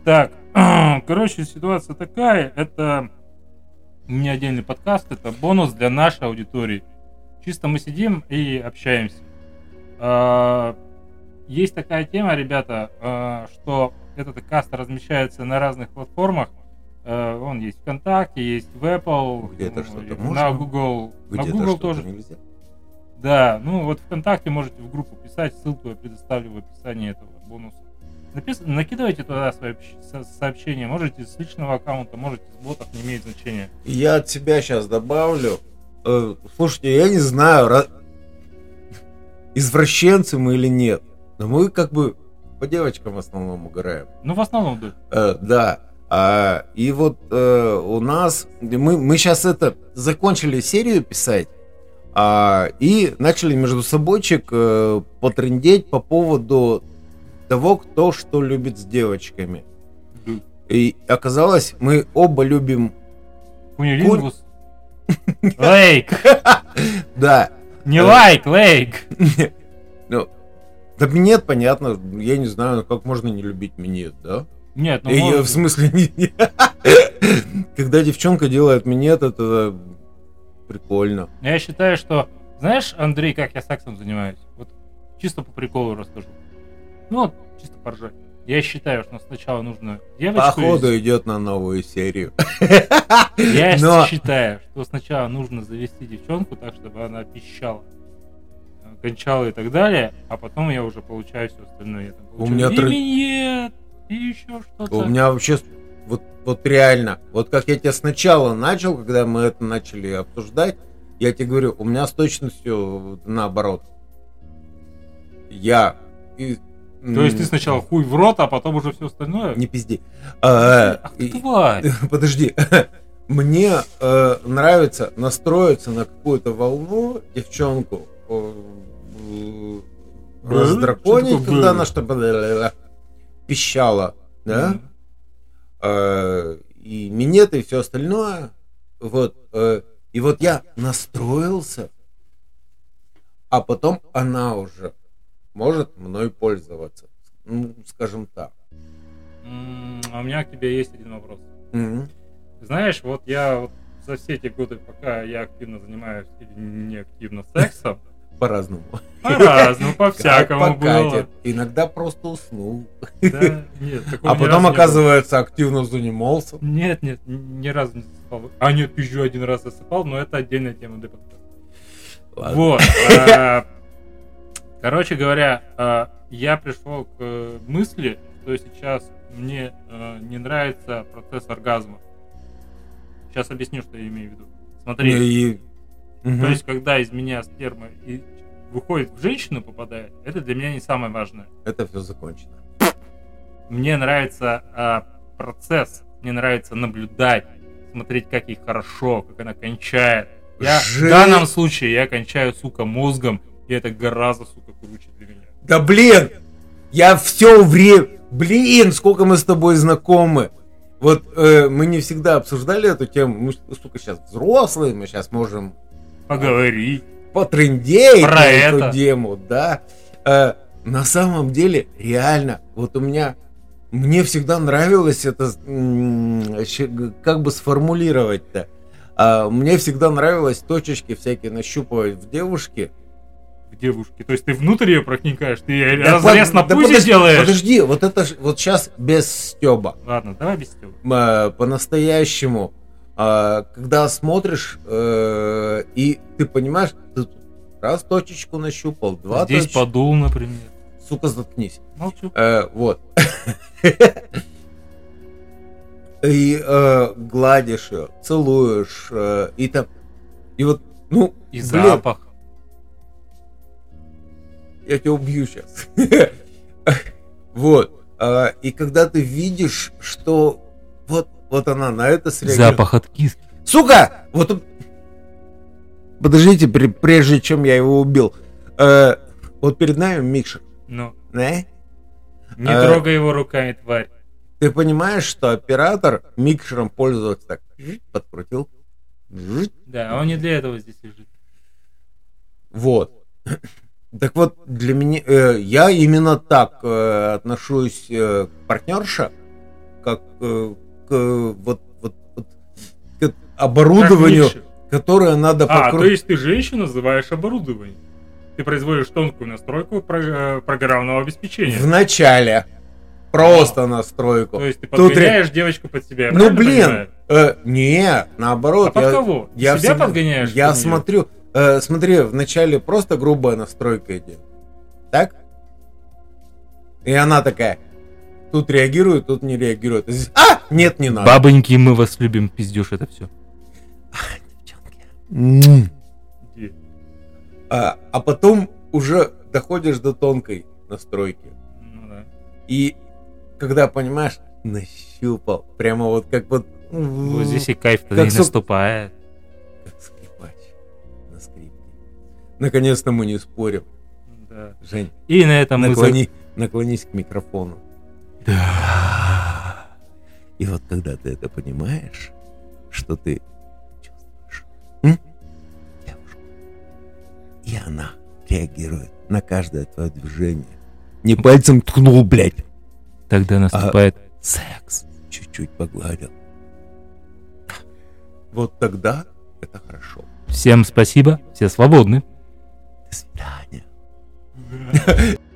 Так, короче, ситуация такая, это у меня отдельный подкаст, это бонус для нашей аудитории. Чисто мы сидим и общаемся. Есть такая тема, ребята, что этот каст размещается на разных платформах. Он есть ВКонтакте, есть в Apple, Где-то что-то на можно, Google. где-то На Google что-то тоже. нельзя. Да, ну вот ВКонтакте можете в группу писать, ссылку я предоставлю в описании этого бонуса. Накидывайте туда свои сообщения, можете с личного аккаунта, можете с ботов, не имеет значения. Я от себя сейчас добавлю. Слушайте, я не знаю, извращенцы мы или нет, но мы как бы по девочкам в основном угораем. Ну, в основном, да. Да. И вот у нас... Мы сейчас закончили серию писать, и начали между собойчик потрындеть по поводу того, кто что любит с девочками. И оказалось, мы оба любим... Кунилингус. Лейк. Да. Не лайк, лейк. Ну, да минет, понятно. Я не знаю, ну как можно не любить минет, да? Нет, ну В смысле, когда девчонка делает минет, это прикольно. Я считаю, что... Знаешь, Андрей, как я сексом занимаюсь? Вот чисто по приколу расскажу. Ну, вот, чисто поржать. Я считаю, что сначала нужно девочку... Походу идет на новую серию. Я считаю, что сначала нужно завести девчонку так, чтобы она пищала, кончала и так далее, а потом я уже получаю все остальное. Я там получаю и минет, и еще что-то. У меня вообще... Вот реально, вот как я тебе сначала начал, когда мы это начали обсуждать, я тебе говорю, у меня с точностью наоборот. То есть ты сначала хуй в рот, а потом уже все остальное? Не пизди. Ах ты тварь! Подожди. Мне нравится настроиться на какую-то волну девчонку, раздраконить, когда она чтобы пищала, да? И минеты и все остальное. Вот. И вот я настроился, а потом она уже может мной пользоваться. Ну, скажем так. А у меня к тебе есть один вопрос. Знаешь, вот я вот за все эти годы, пока я активно занимаюсь или не активно сексом, по-разному. По-разному, по-всякому было. Иногда просто уснул. Да, нет, а потом, оказывается, активно занимался. Нет, ни разу не засыпал. Нет, пизжу, один раз засыпал, но это отдельная тема для подкаста. Вот. Короче говоря, я пришел к мысли, что сейчас мне не нравится процесс оргазма. Сейчас объясню, что я имею в виду. Смотри. То есть, когда из меня сперма выходит в женщину, попадает, это для меня не самое важное. Это все закончено. Мне нравится процесс, мне нравится наблюдать, смотреть, как ей хорошо, как она кончает. В данном случае я кончаю, сука, мозгом, и это гораздо, сука, круче для меня. Да блин! Я все время... Блин, сколько мы с тобой знакомы. Вот мы не всегда обсуждали эту тему. Мы, сука, сейчас взрослые, мы сейчас можем... Поговорить. Потрындеть про эту тему, да. На самом деле, реально, вот у меня... Мне всегда нравилось это... Как бы сформулировать-то? Мне всегда нравилось точечки всякие нащупывать в девушке. В девушке? То есть ты внутрь ее проникаешь? Ты разрез на пузе делаешь? Подожди, вот это вот сейчас без стёба. Ладно, давай без стёба. По-настоящему. Когда смотришь, и ты понимаешь, ты раз точечку нащупал, два здесь точечку. Подул, например. Сука, заткнись. Молчу. Вот. И гладишь ее, целуешь, и там, и вот, ну, и запах. Я тебя убью сейчас. Вот. И когда ты видишь, что вот она на это среагирует. Запах от киски. Сука! Вот. Подождите, прежде чем я его убил. Вот перед нами микшер. Ну. Не трогай его руками, тварь. Ты понимаешь, что оператор микшером пользуется так. Подкрутил. Да, он не для этого здесь лежит. Вот. Так вот, для меня... я именно так отношусь к партнерше. к оборудованию, которое надо то есть ты женщину называешь оборудованием. Ты производишь тонкую настройку программного обеспечения. В начале. Просто настройку. То есть ты подгоняешь девочку под себя, я блин, не, наоборот. А под кого? Я себя подгоняешь? Я смотрю, смотри, вначале просто грубая настройка идет. Так? И она такая, тут реагирует, тут не реагирует. Здесь, нет, не надо. Бабоньки, мы вас любим, пиздюш, это все. Девчонки. А потом уже доходишь до тонкой настройки. Ну да. И когда, понимаешь, нащупал, прямо вот как вот... Вот здесь и кайф-то не наступает. Как скрипач на скрипке. Наконец-то мы не спорим. Да. Жень, и на этом наклонись к микрофону. Да. И вот когда ты это понимаешь, что ты чувствуешь девушку, и она реагирует на каждое твое движение. Не пальцем ткнул, блядь. Тогда наступает секс. Чуть-чуть погладил. Вот тогда это хорошо. Всем спасибо, все свободны. До свидания.